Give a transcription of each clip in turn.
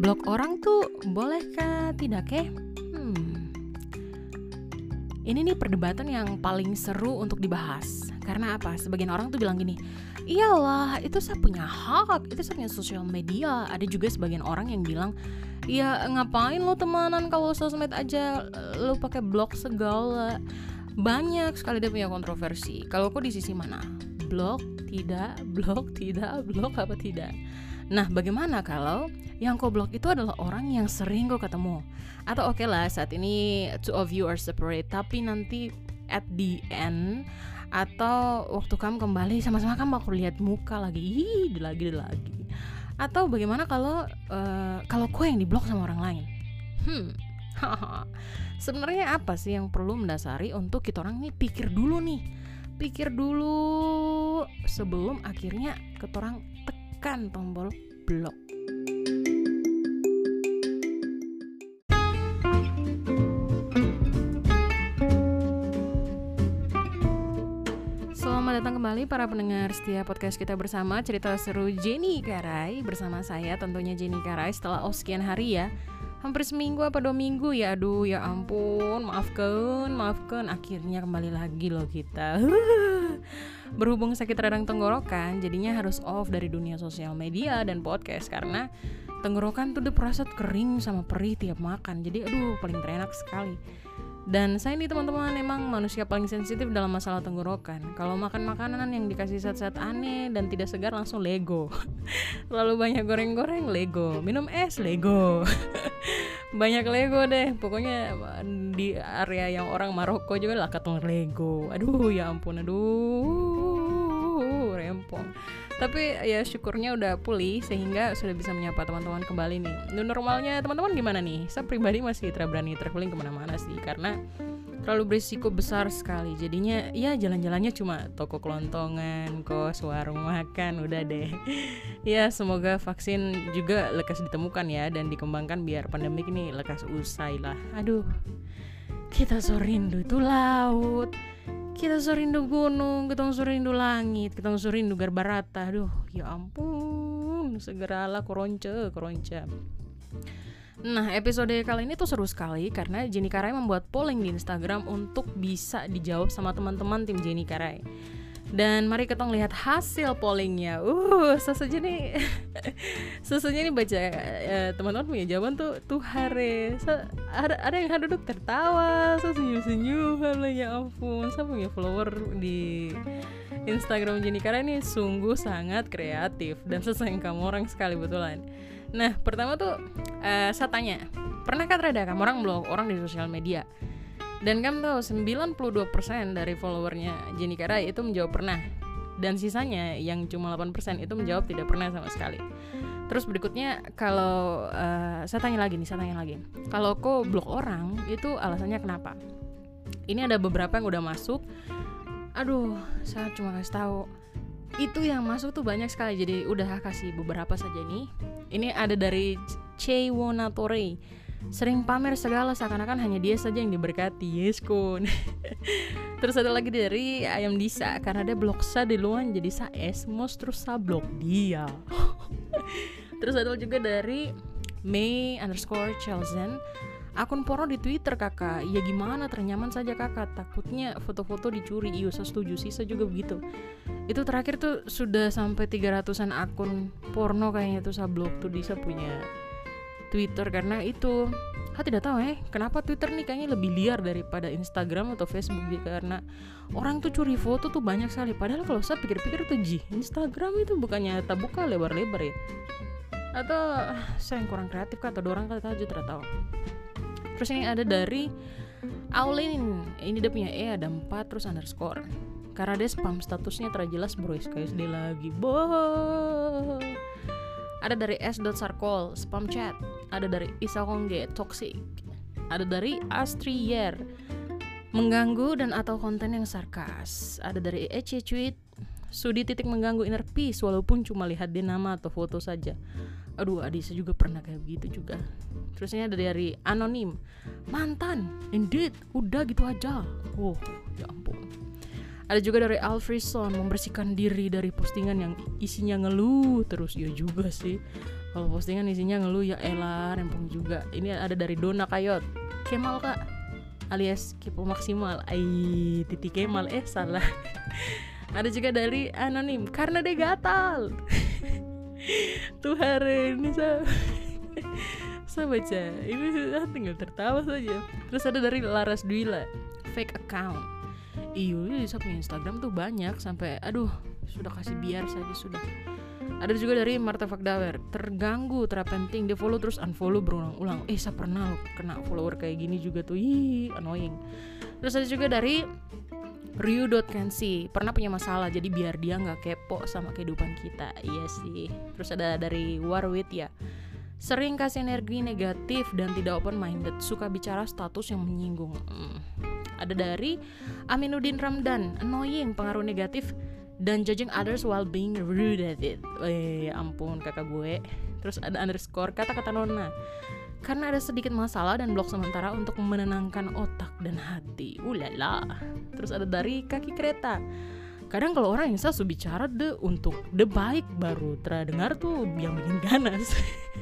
Blok orang tuh bolehkah tidak ya? Ini nih perdebatan yang paling seru untuk dibahas. Karena apa? Sebagian orang tuh bilang gini, iyalah itu saya punya hak, itu saya punya sosial media. Ada juga sebagian orang yang bilang, ya ngapain lo temenan kalau sosmed aja lo pakai blok segala. Banyak sekali dia punya kontroversi. Kalau kok di sisi mana? Blok, tidak, blok, tidak, blok apa tidak? Nah, bagaimana kalau yang kau blok itu adalah orang yang sering kau ketemu? Atau oke lah, saat ini two of you are separate, tapi nanti at the end atau waktu kamu kembali sama-sama kamu aku lihat muka lagi, lagi. Atau bagaimana kalau kau yang diblok sama orang lain? Sebenarnya apa sih yang perlu mendasari untuk kita orang nih pikir dulu sebelum akhirnya kita orang tekan tombol blok. Selamat datang kembali para pendengar setia podcast kita bersama Cerita Seru Jenny Karai. Bersama saya tentunya Jenny Karai setelah sekian hari ya. Hampir seminggu apa 2 minggu ya. Aduh ya ampun, maafkan. Akhirnya kembali lagi loh kita. Berhubung sakit radang tenggorokan, jadinya harus off dari dunia sosial media dan podcast. Karena tenggorokan tuh udah perasa kering sama perih tiap makan. Jadi aduh paling terenak sekali. Dan saya ini teman-teman emang manusia paling sensitif dalam masalah tenggorokan. Kalau makan makanan yang dikasih zat-zat aneh dan tidak segar langsung lego. Lalu banyak goreng-goreng lego, minum es lego. Banyak lego deh. Pokoknya di area yang orang Maroko juga lah ketemu lego. Aduh ya ampun, rempong. Tapi ya syukurnya udah pulih sehingga sudah bisa menyapa teman-teman kembali nih. Normalnya teman-teman gimana nih? Saya pribadi masih berani traveling kemana-mana sih karena terlalu berisiko besar sekali. Jadinya ya jalan-jalannya cuma toko kelontongan, kos, warung makan, udah deh. Ya semoga vaksin juga lekas ditemukan ya dan dikembangkan biar pandemik ini lekas usai lah. Aduh, kita so rindu itu laut, kita so rindu gunung, kita so rindu langit, kita so rindu Garbarata. Aduh ya ampun, segeralah koronce. Nah, episode kali ini tuh seru sekali karena Jenny Karai membuat polling di Instagram untuk bisa dijawab sama teman-teman tim Jenny Karai. Dan mari kita lihat hasil pollingnya. Sesungguhnya nih baca teman-teman punya jawaban tuh hare. Ada yang duduk tertawa, senyum-senyum, ya ampun. Saya punya follower di Instagram Jenny Karai ini sungguh sangat kreatif dan sesayang kamu orang sekali betulan. Nah, pertama tuh saya tanya, pernahkah terada kamu orang blog orang di sosial media? Dan kamu tahu 92% dari followernya Jenny Karai itu menjawab pernah. Dan sisanya yang cuma 8% itu menjawab tidak pernah sama sekali. Terus berikutnya kalau saya tanya lagi. Kalau kok blok orang itu alasannya kenapa? Ini ada beberapa yang udah masuk. Aduh, saya cuma kasih tahu. Itu yang masuk tuh banyak sekali. Jadi udah kasih beberapa saja nih. Ini ada dari Cewonatore. Sering pamer segala seakan-akan hanya dia saja yang diberkati. Yes kun. Terus ada lagi dari Ayam Disa. Karena dia blok sa duluan jadi sa esmos terus sa blok dia. Terus ada juga dari May_Chelsen. Akun porno di Twitter kakak. Ya gimana, ternyaman saja kakak. Takutnya foto-foto dicuri. Iya saya setuju sih, saya juga begitu. Itu terakhir tuh sudah sampai 300an akun porno kayaknya tuh saya blok tuh di saya punya Twitter. Karena itu saya tidak tahu kenapa Twitter nih kayaknya lebih liar daripada Instagram atau Facebook gitu. Karena orang tuh curi foto tuh banyak sekali. Padahal kalau saya pikir-pikir tuh Instagram itu bukannya terbuka lebar-lebar ya. Atau saya yang kurang kreatif kah, atau dorang kata aja tidak tahu. Terus ini ada dari Aulin. Ini dia punya ada 4 terus underscore. Karena dia spam statusnya terjelas bro, kayak sedih lagi. Ada dari S.Sarkol, spam chat. Ada dari Isakongge, toxic. Ada dari Astriyer, mengganggu dan atau konten yang sarkas. Ada dari Ece_Tweet, Sudi titik mengganggu inner peace walaupun cuma lihat dia nama atau foto saja. Aduh, Adisa juga pernah kayak begitu juga. Terusnya ada dari Anonim, mantan, indeed, udah gitu aja. Ya ampun. Ada juga dari Alfrison, membersihkan diri dari postingan yang isinya ngeluh terus. Ya juga sih, kalau postingan isinya ngeluh ya elah, rempong juga. Ini ada dari Dona Kayot, Kemal kak, alias Kepo Maksimal. Titi Kemal, salah. Ada juga dari Anonim, karena dia gatal. Tuhan, ini saya baca ini tinggal tertawa saja. Terus ada dari Laras Dwila, fake account. Saya punya Instagram tuh banyak sampai aduh sudah kasih biar saja sudah. Ada juga dari Marta Fakdawer, terganggu, terpenting, dia follow terus unfollow berulang-ulang. Saya pernah kena follower kayak gini juga tuh, annoying. Terus ada juga dari Ryu.Kensi, pernah punya masalah jadi biar dia nggak kepo sama kehidupan kita. Iya sih. Terus ada dari Warwit ya, sering kasih energi negatif dan tidak open minded, suka bicara status yang menyinggung. Ada dari Aminuddin Ramdan, annoying, pengaruh negatif dan judging others while being rude at it. Ampun kakak gue. Terus ada underscore kata-kata nona, karena ada sedikit masalah dan blok sementara untuk menenangkan otak dan hati. Ulala. Terus ada dari kaki kereta, kadang kalau orang yang sasu bicara untuk baik baru terdengar tuh yang bikin ganas.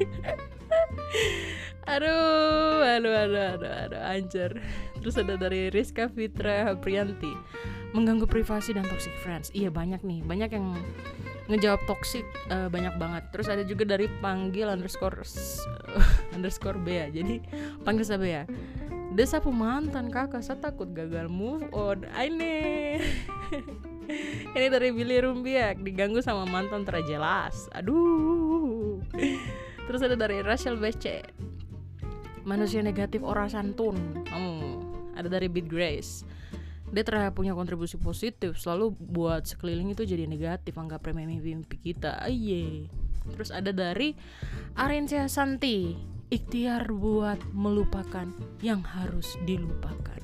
Aduh, anjir. Terus ada dari Rizka Fitra Priyanti, mengganggu privasi dan toxic friends. Iya banyak yang ngejawab toxic, banyak banget. Terus ada juga dari panggil underscore Bea. Jadi panggil saya Bea, dia sapu mantan kakak, saya takut gagal move on. Ini dari Billy Rumbiak, diganggu sama mantan terjelas. Aduh. Terus ada dari Rachel BC, manusia negatif ora santun. Ada dari Beat Grace, dia ternyata punya kontribusi positif, selalu buat sekeliling itu jadi negatif, anggap remeh mimpi kita. Terus ada dari Arencia Santi, ikhtiar buat melupakan yang harus dilupakan.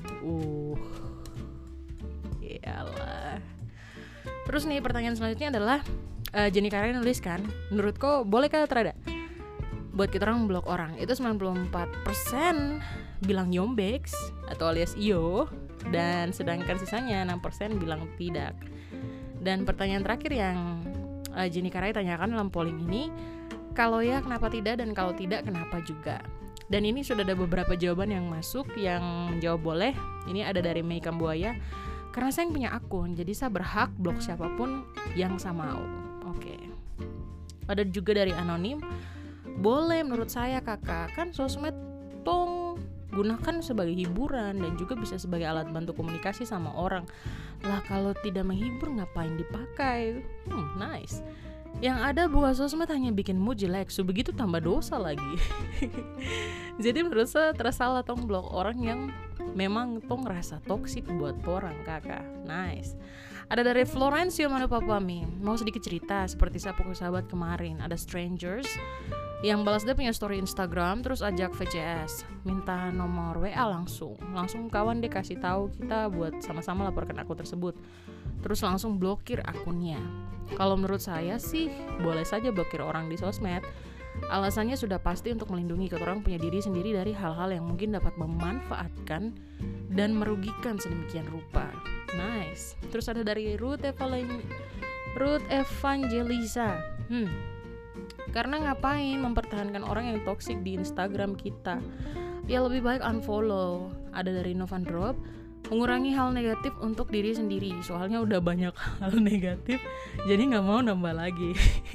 Iyalah. Terus nih pertanyaan selanjutnya adalah Jenny Karai nuliskan, menurutku bolehkah terada buat kita orang blok orang? Itu 94% bilang yombex atau alias iyo, dan sedangkan sisanya 6% bilang tidak. Dan pertanyaan terakhir yang Jenny Karai tanyakan dalam polling ini, kalau ya kenapa tidak, dan kalau tidak kenapa juga. Dan ini sudah ada beberapa jawaban yang masuk. Yang menjawab boleh, ini ada dari Mei Kambuaya, karena saya yang punya akun, jadi saya berhak blok siapapun yang saya mau. Oke. Ada juga dari Anonim, boleh menurut saya kakak, kan sosmed tong gunakan sebagai hiburan dan juga bisa sebagai alat bantu komunikasi sama orang. Lah kalau tidak menghibur ngapain dipakai? Nice. Yang ada buah sosmed hanya bikin mood jelek, begitu tambah dosa lagi. Jadi menurut saya tersalah tong blok orang yang memang tong rasa toksik buat orang kakak. Nice. Ada dari Florencio Manupapami, mau sedikit cerita seperti saya pukul sahabat kemarin. Ada strangers yang balas dia punya story Instagram, terus ajak VCS, minta nomor WA langsung kawan dia kasih tahu kita buat sama-sama laporkan akun tersebut, terus langsung blokir akunnya. Kalau menurut saya sih boleh saja blokir orang di sosmed, alasannya sudah pasti untuk melindungi kita orang punya diri sendiri dari hal-hal yang mungkin dapat memanfaatkan dan merugikan sedemikian rupa. Nice. Terus ada dari Ruth Evangelisa, karena ngapain mempertahankan orang yang toksik di Instagram kita, ya lebih baik unfollow. Ada dari Novan Drop, mengurangi hal negatif untuk diri sendiri, soalnya udah banyak hal negatif jadi nggak mau nambah lagi.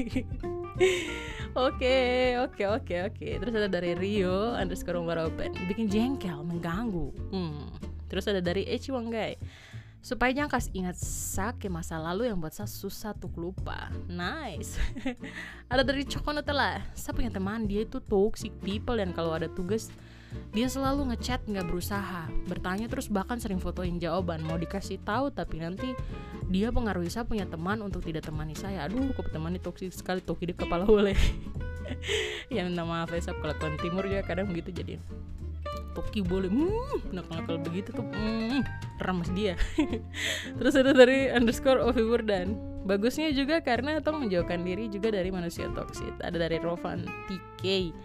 Oke. Terus ada dari Rio _Open, bikin jengkel, mengganggu. Terus ada dari Echi Wanggai, supaya jangan kasih ingat ke masa lalu yang buat saya susah tuh lupa. Nice. Ada dari Coko Nutella, saya punya teman, dia itu toxic people, dan kalau ada tugas dia selalu ngechat nggak berusaha, bertanya terus, bahkan sering fotoin jawaban, mau dikasih tahu tapi nanti dia pengaruhi saya punya teman untuk tidak temani saya. Aduh, kok temannya toksik sekali, toki di kepala boleh. Ya minta maaf ya, kelakuan timur ya kadang begitu, jadi toki boleh nakal-nakal begitu tuh, ramas dia. Terus ada dari _Oviburdan, bagusnya juga karena tong menjauhkan diri juga dari manusia toksik. Ada dari Rovan TK,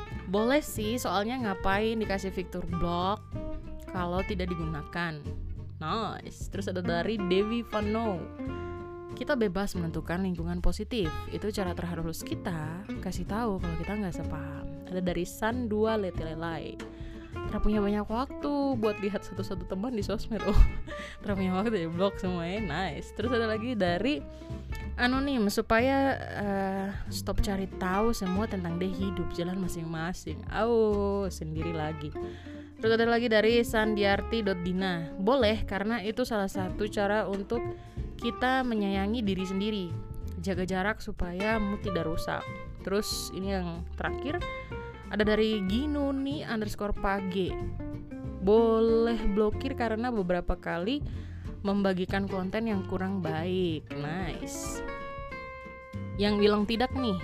boleh sih, soalnya ngapain dikasih fitur block kalau tidak digunakan. Nice. Terus ada dari Devi Vano. Kita bebas menentukan lingkungan positif. Itu cara terhalus kita kasih tahu kalau kita nggak sepaham. Ada dari San 2 Letilelai. Tidak punya banyak waktu buat lihat satu-satu teman di sosmed. Tidak punya waktu ya, blok semuanya. Nice. Terus ada lagi dari Anonim, supaya stop cari tahu semua tentang dia hidup jalan masing-masing. Sendiri lagi. Terus ada lagi dari Sandiarti.dina. Boleh, karena itu salah satu cara untuk kita menyayangi diri sendiri. Jaga jarak supaya mood tidak rusak. Terus ini yang terakhir, ada dari Ginuni_page. Boleh blokir karena beberapa kali membagikan konten yang kurang baik. Nice. Yang bilang tidak nih,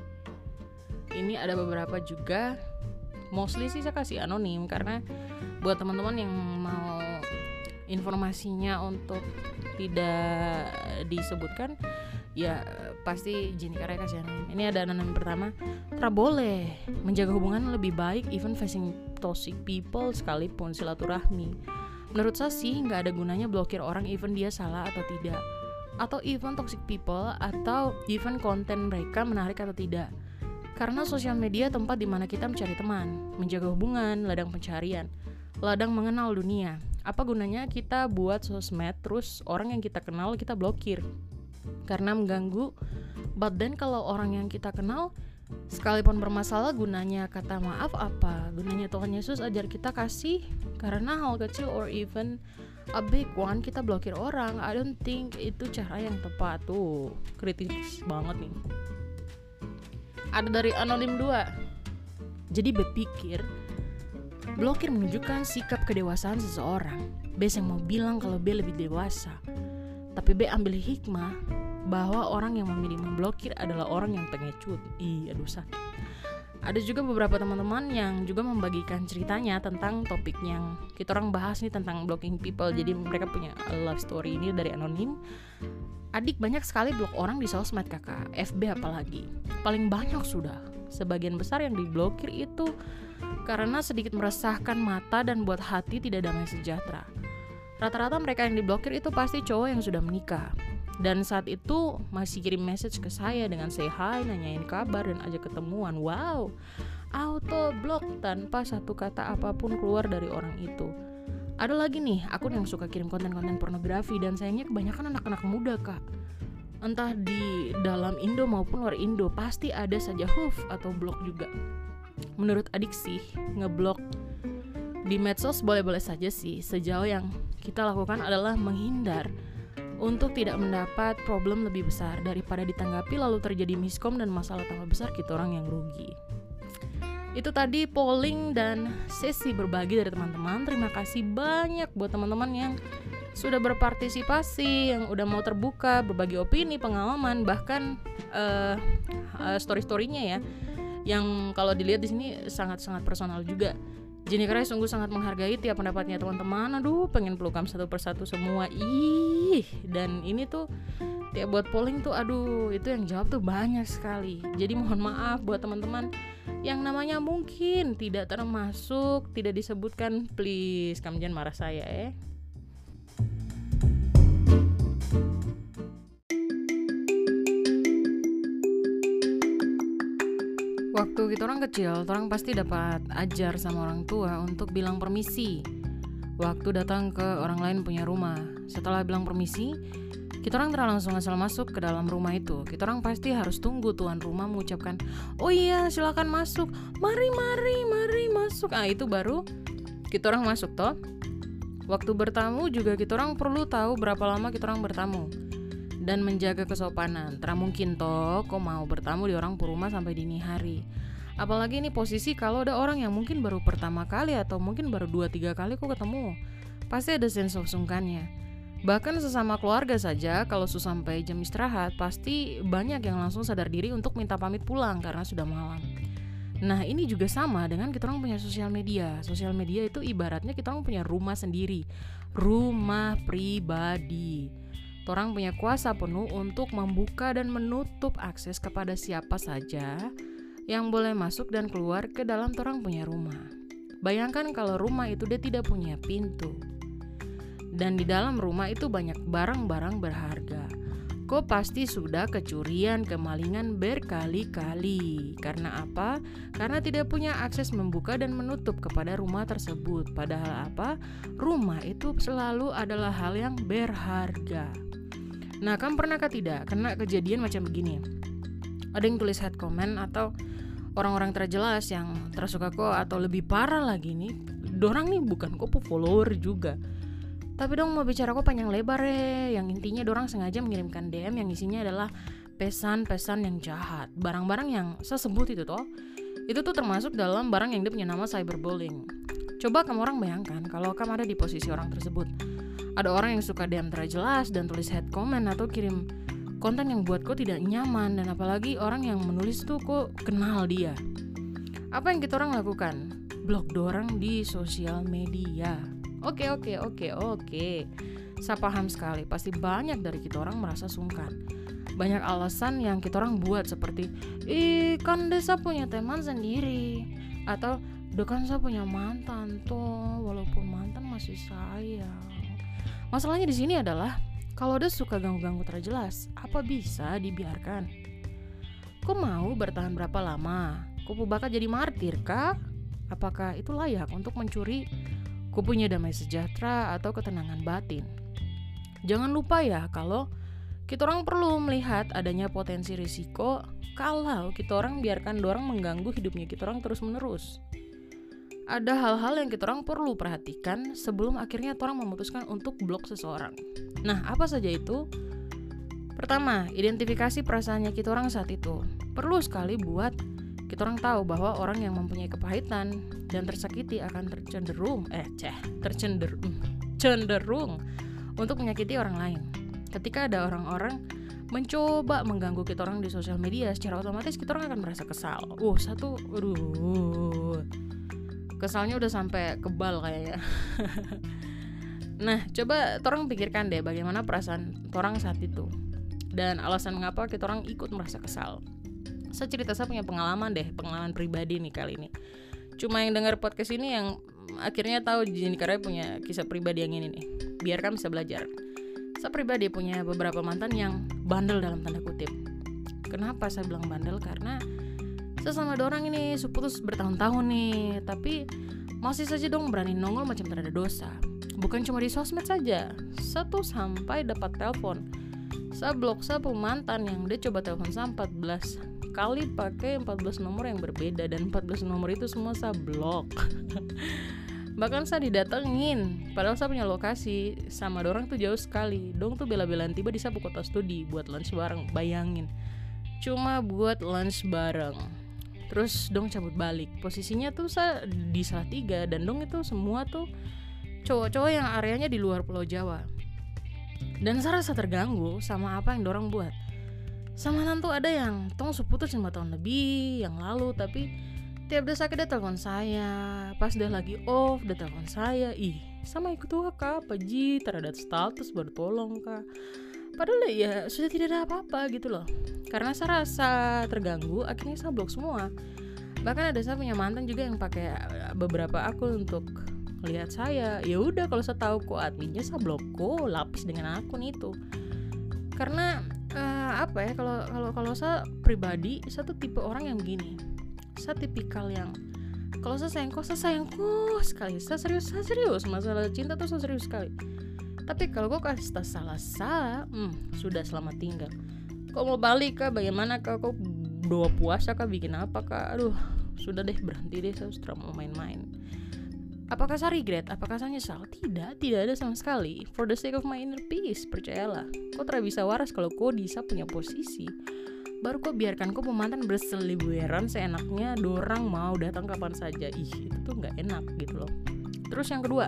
ini ada beberapa juga. Mostly sih saya kasih anonim, karena buat teman-teman yang mau informasinya untuk tidak disebutkan, ya pasti Jenny Carey kasih anonim. Ini ada anonim pertama. Boleh menjaga hubungan lebih baik even facing toxic people sekalipun silaturahmi. Menurut saya sih nggak ada gunanya blokir orang even dia salah atau tidak, atau even toxic people, atau even konten mereka menarik atau tidak. Karena sosial media tempat dimana kita mencari teman, menjaga hubungan, ladang pencarian, ladang mengenal dunia. Apa gunanya kita buat sosmed terus orang yang kita kenal kita blokir karena mengganggu. But then kalau orang yang kita kenal sekalipun bermasalah, gunanya kata maaf apa? Gunanya Tuhan Yesus ajar kita kasih karena hal kecil or even a big one kita blokir orang. I don't think itu cara yang tepat. Tuh, kritis banget nih. Ada dari Anonim 2. Jadi berpikir blokir menunjukkan sikap kedewasaan seseorang. B yang mau bilang kalau B lebih dewasa, tapi B ambil hikmah bahwa orang yang memilih memblokir adalah orang yang pengecut. Aduh sakit. Ada juga beberapa teman-teman yang juga membagikan ceritanya tentang topik yang kita orang bahas nih, tentang blocking people. Jadi mereka punya love story ini dari Anonim. Adik banyak sekali blok orang di sosmed kakak, FB apalagi. Paling banyak sudah. Sebagian besar yang diblokir itu karena sedikit meresahkan mata dan buat hati tidak damai sejahtera. Rata-rata mereka yang diblokir itu pasti cowok yang sudah menikah. Dan saat itu masih kirim message ke saya dengan say hi, nanyain kabar dan ajak ketemuan. Wow, auto block tanpa satu kata apapun keluar dari orang itu. Ada lagi nih akun yang suka kirim konten-konten pornografi, dan sayangnya kebanyakan anak-anak muda kak. Entah di dalam Indo maupun luar Indo, pasti ada saja hoof atau blok juga. Menurut adik sih, ngeblok di medsos boleh-boleh saja sih, sejauh yang kita lakukan adalah menghindar untuk tidak mendapat problem lebih besar daripada ditanggapi lalu terjadi miskom dan masalah tambah besar, kita orang yang rugi. Itu tadi polling dan sesi berbagi dari teman-teman. Terima kasih banyak buat teman-teman yang sudah berpartisipasi, yang udah mau terbuka, berbagi opini, pengalaman, bahkan story-storynya ya, yang kalau dilihat di sini sangat-sangat personal juga. Jenny Carey sungguh sangat menghargai tiap pendapatnya teman-teman. Aduh, pengen pelukam satu persatu semua. Dan ini tuh tiap buat polling tuh, aduh, itu yang jawab tuh banyak sekali. Jadi mohon maaf buat teman-teman yang namanya mungkin tidak termasuk, tidak disebutkan, please kamu jangan marah saya ya. Waktu kita orang kecil, orang pasti dapat ajar sama orang tua untuk bilang permisi waktu datang ke orang lain punya rumah. Setelah bilang permisi, kita orang tidak langsung asal masuk ke dalam rumah itu. Kita orang pasti harus tunggu tuan rumah mengucapkan, oh iya silakan masuk, mari masuk. Itu baru kita orang masuk toh. Waktu bertamu juga kita orang perlu tahu berapa lama kita orang bertamu dan menjaga kesopanan. Tidak mungkin toh kok mau bertamu di orang rumah sampai dini hari. Apalagi ini posisi kalau ada orang yang mungkin baru pertama kali atau mungkin baru 2-3 kali kok ketemu. Pasti ada sense of sungkannya. Bahkan sesama keluarga saja kalau sampai jam istirahat pasti banyak yang langsung sadar diri untuk minta pamit pulang karena sudah malam. Nah ini juga sama dengan kita orang punya sosial media. Sosial media itu ibaratnya kita orang punya rumah sendiri, rumah pribadi. Orang punya kuasa penuh untuk membuka dan menutup akses kepada siapa saja yang boleh masuk dan keluar ke dalam orang punya rumah. Bayangkan kalau rumah itu dia tidak punya pintu. Dan di dalam rumah itu banyak barang-barang berharga. Kau pasti sudah kecurian, kemalingan berkali-kali. Karena apa? Karena tidak punya akses membuka dan menutup kepada rumah tersebut. Padahal apa? Rumah itu selalu adalah hal yang berharga. Nah, kamu pernahkah tidak kena kejadian macam begini? Ada yang tulis head comment atau orang-orang terjelas yang tersuka kok, atau lebih parah lagi nih, dorang nih bukan kok follower juga, tapi dong mau bicara kok panjang lebar yang intinya dorang sengaja mengirimkan DM yang isinya adalah pesan-pesan yang jahat, barang-barang yang saya sebut itu tuh termasuk dalam barang yang dia punya nama cyberbullying. Coba kamu orang bayangkan kalau kamu ada di posisi orang tersebut. Ada orang yang suka DM terjelas dan tulis head comment atau kirim konten yang buat kok tidak nyaman, dan apalagi orang yang menulis tuh kok kenal dia. Apa yang kita orang lakukan? Blok dorang di sosial media. Oke. Saya paham sekali, pasti banyak dari kita orang merasa sungkan. Banyak alasan yang kita orang buat seperti, kan desa punya teman sendiri, atau kan saya punya mantan tuh, walaupun mantan masih sayang. Masalahnya di sini adalah kalau dia suka ganggu-ganggu terjelas, apa bisa dibiarkan? Kau mau bertahan berapa lama? Kau bakal jadi martir kah? Apakah itu layak untuk mencuri kau punya damai sejahtera atau ketenangan batin? Jangan lupa ya, kalau kita orang perlu melihat adanya potensi risiko kalau kita orang biarkan dorang mengganggu hidupnya kita orang terus-menerus. Ada hal-hal yang kita orang perlu perhatikan sebelum akhirnya kita orang memutuskan untuk blok seseorang. Nah, apa saja itu? Pertama, identifikasi perasaannya kita orang saat itu. Perlu sekali buat kita orang tahu bahwa orang yang mempunyai kepahitan dan tersakiti akan cenderung untuk menyakiti orang lain. Ketika ada orang-orang mencoba mengganggu kita orang di sosial media, secara otomatis kita orang akan merasa kesal. Kesalnya udah sampai kebal kayaknya. Nah, coba orang pikirkan deh bagaimana perasaan orang saat itu dan alasan mengapa kita orang ikut merasa kesal. Saya punya pengalaman pribadi nih kali ini. Cuma yang dengar podcast ini yang akhirnya tahu Jenny Karai punya kisah pribadi yang ini nih. Biar kamu bisa belajar. Saya pribadi punya beberapa mantan yang bandel dalam tanda kutip. Kenapa saya bilang bandel? Karena saya sama dorang ini putus bertahun-tahun nih, tapi masih saja dong berani nongol macam tak ada dosa. Bukan cuma di sosmed saja. Saya tuh sampai dapat telepon. Saya blok mantan yang dia coba telepon saya 14 kali pakai 14 nomor yang berbeda, dan 14 nomor itu semua saya blok. Bahkan saya didatengin padahal saya punya lokasi sama dorang tuh jauh sekali. Dong tuh bela-belaan tiba di sapu kota studi buat lunch bareng. Bayangin, cuma buat lunch bareng. Terus dong cabut balik. Posisinya tuh saya di Salatiga, dan dong itu semua tuh cowok-cowok yang areanya di luar Pulau Jawa. Dan saya rasa terganggu sama apa yang dorang buat. Sama nanti ada yang tong seputus 5 tahun lebih yang lalu, tapi tiap dia sakit dia telepon saya, pas dia lagi off dia telepon saya. Sama ikut tua kak, paji terhadap status baru tolong kak. Padahal ya sudah tidak ada apa-apa gitu loh. Karena saya rasa terganggu, akhirnya saya blok semua. Bahkan ada saya punya mantan juga yang pakai beberapa akun untuk lihat saya. Ya udah, kalau saya tahu kok adminnya, saya blok kok, lapis dengan akun itu. Karena kalau saya pribadi, saya tuh tipe orang yang begini. Saya tipikal yang kalau saya sayang kok sekali. Saya serius masalah cinta tuh saya serius sekali. Tapi kalau kok kasih salah sudah selamat tinggal. Kok mau balik kah? Bagaimana kah? Kok doa puasa kah? Bikin apa kah? Aduh, sudah deh, berhenti deh, saya sudah mau main-main. Apakah saya regret? Apakah saya nyesal? Tidak ada sama sekali. For the sake of my inner peace, percayalah. Kau tidak bisa waras kalau kau bisa punya posisi. Baru kau biarkan kau pemantan berseliweran seenaknya, dorang mau datang kapan saja. Itu tuh gak enak gitu loh. Terus yang kedua,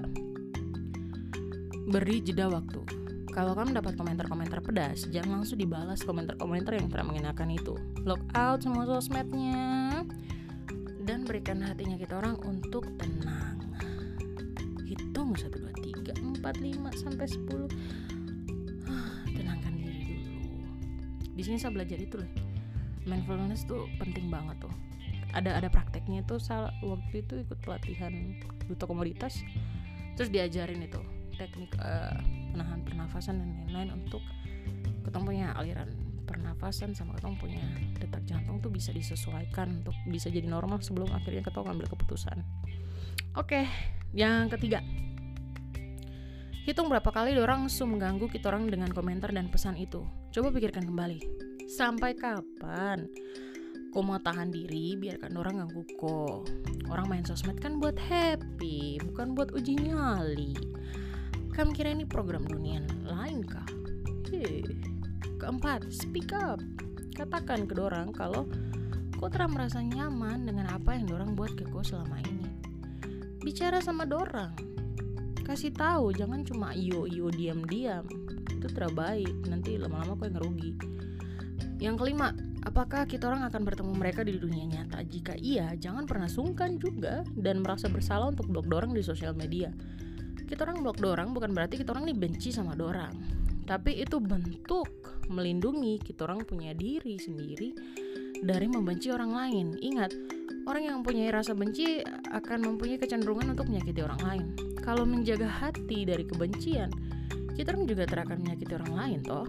beri jeda waktu. Kalau kamu dapat komentar-komentar pedas, jangan langsung dibalas komentar-komentar yang tidak mengenakan itu. Log out semua sosmednya dan berikan hatinya kita orang untuk tenang. Hitung 1, 2, 3, 4, 5 sampai 10. Tenangkan diri dulu. Di sini saya belajar itu loh. Mindfulness tuh penting banget tuh. Ada prakteknya itu. Saya waktu itu ikut pelatihan duta komoditas. Terus diajarin itu. teknik menahan pernafasan dan lain-lain untuk ketong punya aliran pernafasan sama ketong punya detak jantung tuh bisa disesuaikan untuk bisa jadi normal sebelum akhirnya ketong ambil keputusan. Oke, yang ketiga, hitung berapa kali dorang mengganggu kita orang dengan komentar dan pesan itu. Coba pikirkan kembali, sampai kapan ko mau tahan diri biarkan orang ganggu ko? Orang main sosmed kan buat happy, bukan buat uji nyali. Kamu kira ini program dunia lain kah? Keempat, speak up. Katakan ke dorang kalau kau telah merasa nyaman dengan apa yang dorang buat ke kau selama ini. Bicara sama dorang, kasih tahu, jangan cuma iyo diam-diam. Itu terbaik, nanti lama-lama kau yang ngerugi. Yang kelima, apakah kita orang akan bertemu mereka di dunia nyata? Jika iya, jangan pernah sungkan juga dan merasa bersalah untuk blok dorang di sosial media. Kita orang blok dorang bukan berarti kita orang nih benci sama dorang, tapi itu bentuk melindungi kita orang punya diri sendiri dari membenci orang lain. Ingat, orang yang mempunyai rasa benci akan mempunyai kecenderungan untuk menyakiti orang lain. Kalau menjaga hati dari kebencian, kita orang juga akan menyakiti orang lain toh,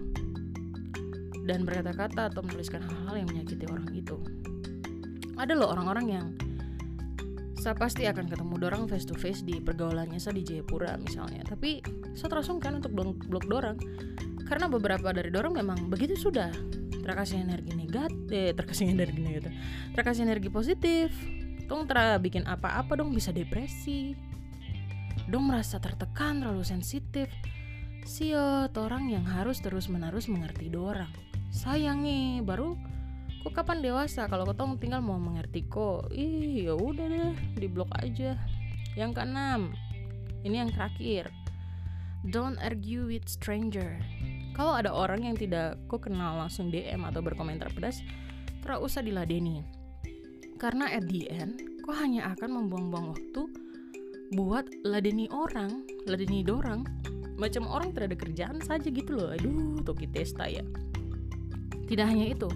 dan berkata-kata atau menuliskan hal-hal yang menyakiti orang itu. Ada loh orang-orang yang saya pasti akan ketemu dorang face to face di pergaulannya saya di Jayapura misalnya, tapi saya terus sungkan untuk blok dorang karena beberapa dari dorang memang begitu sudah terkasih energi negatif, terkasih energi positif, dong bikin apa-apa dong bisa depresi, dong merasa tertekan, terlalu sensitif. Sio orang yang harus terus-menerus mengerti dorang. Sayangnya baru kok kapan dewasa kalau ketong tinggal mau mengerti kok. Ya udah deh, diblok aja. Yang keenam, ini yang terakhir. Don't argue with stranger. Kalau ada orang yang tidak kok kenal langsung DM atau berkomentar pedas, tidak usah diladeni. Karena at the end, kok hanya akan membuang-buang waktu buat ladeni dorang. Macam orang tidak ada kerjaan saja gitu loh. Aduh, toki testa ya. Tidak hanya itu,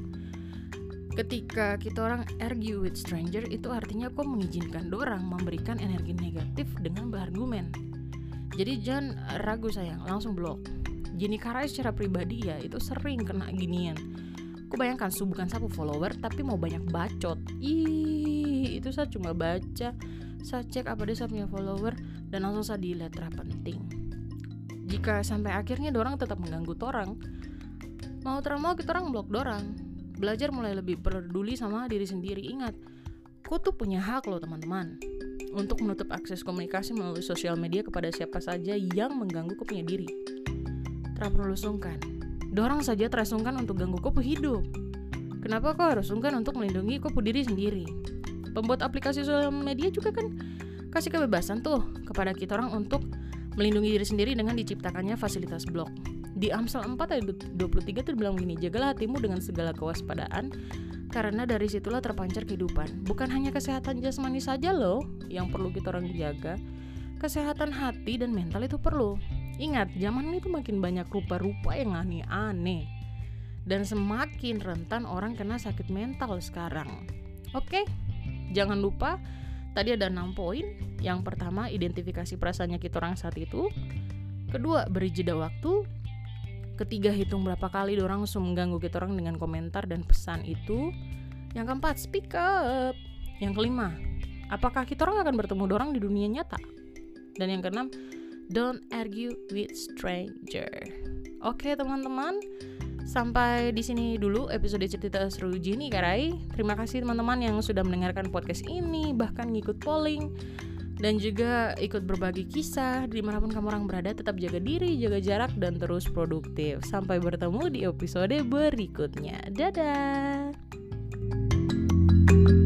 ketika kita orang argue with stranger, itu artinya kok mengizinkan dorang memberikan energi negatif dengan berargumen. Jadi jangan ragu sayang, langsung blok. Jenny Karai secara pribadi ya itu sering kena ginian. Kok bayangkan bukan sapu follower tapi mau banyak bacot. Itu saya cuma baca, saya cek apa dia punya follower dan langsung saya delete penting. Jika sampai akhirnya dorang tetap mengganggu torang, mau termau kita orang blok dorang. Belajar mulai lebih peduli sama diri sendiri. Ingat, kau tuh punya hak loh teman-teman untuk menutup akses komunikasi melalui sosial media kepada siapa saja yang mengganggu kau punya diri. Tak perlu sungkan. Dorang saja tersungkan untuk ganggu kau hidup. Kenapa kau harus sungkan untuk melindungi kau diri sendiri? Pembuat aplikasi sosial media juga kan kasih kebebasan tuh kepada kita orang untuk melindungi diri sendiri dengan diciptakannya fasilitas blok. Di Amsal 4 ayat 23 tuh bilang gini, jagalah hatimu dengan segala kewaspadaan, karena dari situlah terpancar kehidupan. Bukan hanya kesehatan jasmani saja loh yang perlu kita orang jaga, kesehatan hati dan mental itu perlu. Ingat, zaman ini tuh makin banyak rupa-rupa yang aneh-aneh, dan semakin rentan orang kena sakit mental sekarang. Oke, jangan lupa tadi ada 6 poin. Yang pertama, identifikasi perasaannya kita orang saat itu. Kedua, beri jeda waktu. Ketiga, hitung berapa kali dorang mengganggu kita orang dengan komentar dan pesan itu. Yang keempat, speak up. Yang kelima, apakah kita orang akan bertemu dorang di dunia nyata? Dan yang keenam, don't argue with stranger. Oke teman-teman, sampai di sini dulu episode cerita seru Jenny Karai. Terima kasih teman-teman yang sudah mendengarkan podcast ini, bahkan ngikut polling dan juga ikut berbagi kisah. Dimanapun kamu orang berada, tetap jaga diri, jaga jarak, dan terus produktif. Sampai bertemu di episode berikutnya. Dadah.